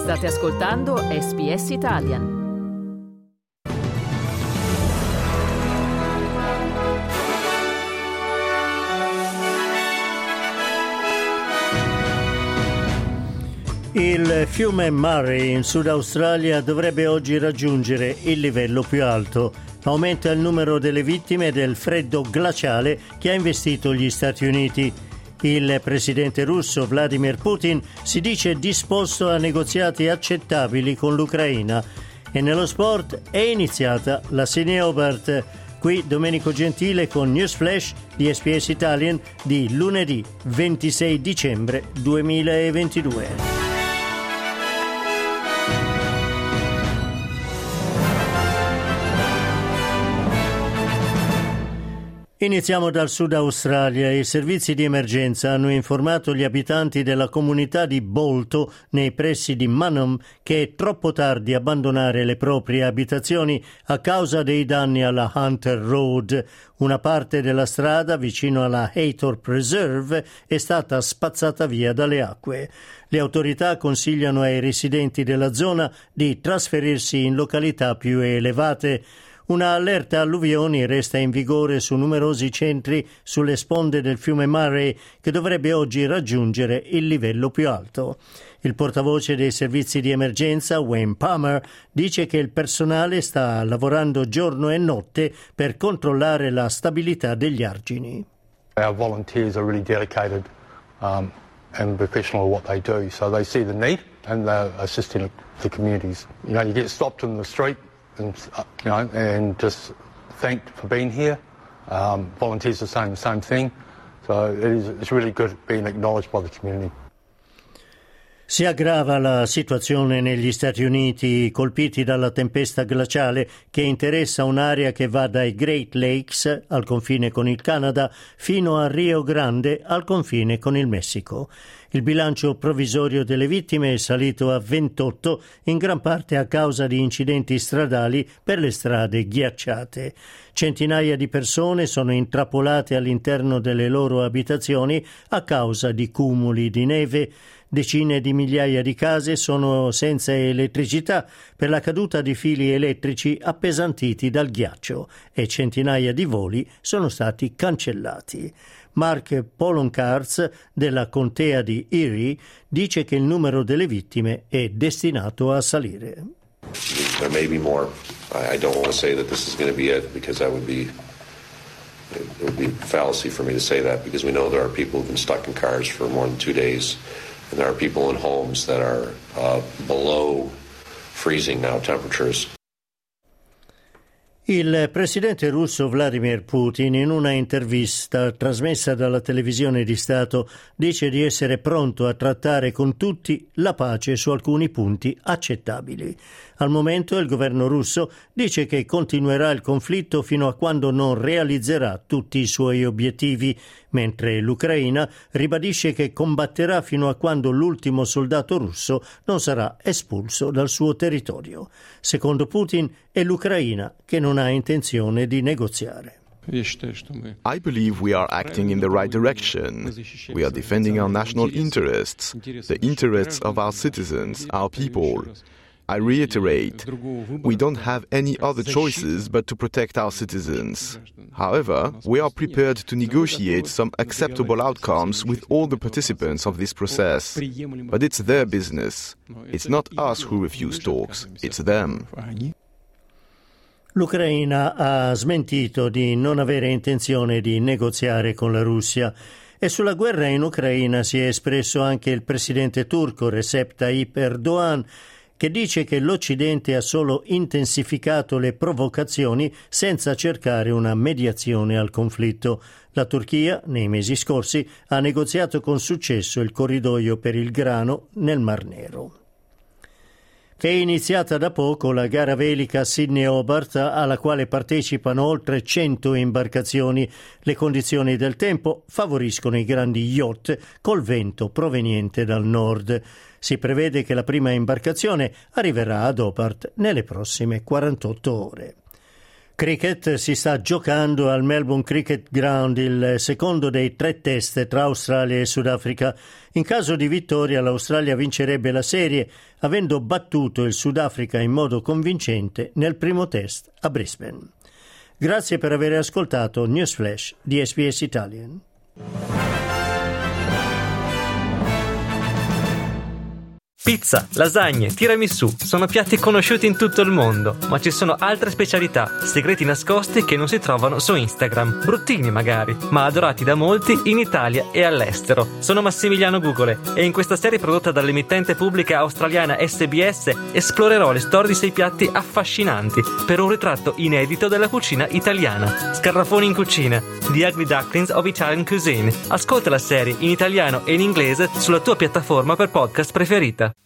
State ascoltando SBS Italian. Il fiume Murray in Sud Australia dovrebbe oggi raggiungere il livello più alto. Aumenta il numero delle vittime del freddo glaciale che ha investito gli Stati Uniti. Il presidente russo Vladimir Putin si dice disposto a negoziati accettabili con l'Ucraina. E nello sport è iniziata la Sydney Hobart. Qui Domenico Gentile con News Flash di SBS Italian di lunedì 26 dicembre 2022. Iniziamo dal Sud Australia. I servizi di emergenza hanno informato gli abitanti della comunità di Bolto, nei pressi di Manum, che è troppo tardi abbandonare le proprie abitazioni a causa dei danni alla Hunter Road. Una parte della strada vicino alla Haytor Preserve è stata spazzata via dalle acque. Le autorità consigliano ai residenti della zona di trasferirsi in località più elevate. Una allerta alluvioni resta in vigore su numerosi centri sulle sponde del fiume Murray, che dovrebbe oggi raggiungere il livello più alto. Il portavoce dei servizi di emergenza, Wayne Palmer, dice che il personale sta lavorando giorno e notte per controllare la stabilità degli argini. Our volunteers are really dedicated and professional at what they do, so they see the need and they're assisting the communities. You know, you get stopped in the street and just thanked for being here. Volunteers are saying the same thing, so it's really good being acknowledged by the community. Si aggrava la situazione negli Stati Uniti, colpiti dalla tempesta glaciale che interessa un'area che va dai Great Lakes, al confine con il Canada, fino a Rio Grande, al confine con il Messico. Il bilancio provvisorio delle vittime è salito a 28, in gran parte a causa di incidenti stradali per le strade ghiacciate. Centinaia di persone sono intrappolate all'interno delle loro abitazioni a causa di cumuli di neve. Decine di migliaia di case sono senza elettricità per la caduta di fili elettrici appesantiti dal ghiaccio e centinaia di voli sono stati cancellati. Mark Poloncarz della contea di Erie dice che il numero delle vittime è destinato a salire. There may be more. I don't want to say that this is going to be it because it would be fallacy for me to say that because we know there are people who've been stuck in cars for more than 2 days. And there are people in homes that are below freezing now temperatures. Il presidente russo Vladimir Putin, in una intervista trasmessa dalla televisione di Stato, dice di essere pronto a trattare con tutti la pace su alcuni punti accettabili. Al momento il governo russo dice che continuerà il conflitto fino a quando non realizzerà tutti i suoi obiettivi, mentre l'Ucraina ribadisce che combatterà fino a quando l'ultimo soldato russo non sarà espulso dal suo territorio. Secondo Putin è l'Ucraina che non ha intenzione di negoziare. I believe we are acting in the right direction. We are defending our national interests, the interests of our citizens, our people. I reiterate, we don't have any other choices but to protect our citizens. However, we are prepared to negotiate some acceptable outcomes with all the participants of this process. But it's their business. It's not us who refuse talks, it's them. L'Ucraina ha smentito di non avere intenzione di negoziare con la Russia. E sulla guerra in Ucraina si è espresso anche il presidente turco Recep Tayyip Erdogan, che dice che l'Occidente ha solo intensificato le provocazioni senza cercare una mediazione al conflitto. La Turchia, nei mesi scorsi, ha negoziato con successo il corridoio per il grano nel Mar Nero. È iniziata da poco la gara velica Sydney Hobart, alla quale partecipano oltre 100 imbarcazioni. Le condizioni del tempo favoriscono i grandi yacht col vento proveniente dal nord. Si prevede che la prima imbarcazione arriverà ad Hobart nelle prossime 48 ore. Cricket si sta giocando al Melbourne Cricket Ground il secondo dei 3 test tra Australia e Sudafrica. In caso di vittoria l'Australia vincerebbe la serie, avendo battuto il Sudafrica in modo convincente nel primo test a Brisbane. Grazie per aver ascoltato News Flash di SBS Italian. Pizza, lasagne, tiramisù sono piatti conosciuti in tutto il mondo, ma ci sono altre specialità, segreti nascosti che non si trovano su Instagram, bruttini magari, ma adorati da molti in Italia e all'estero. Sono Massimiliano Gugole e in questa serie prodotta dall'emittente pubblica australiana SBS esplorerò le storie di 6 piatti affascinanti per un ritratto inedito della cucina italiana. Scarafoni in cucina, The Ugly Ducklings of Italian Cuisine. Ascolta la serie in italiano e in inglese sulla tua piattaforma per podcast preferita.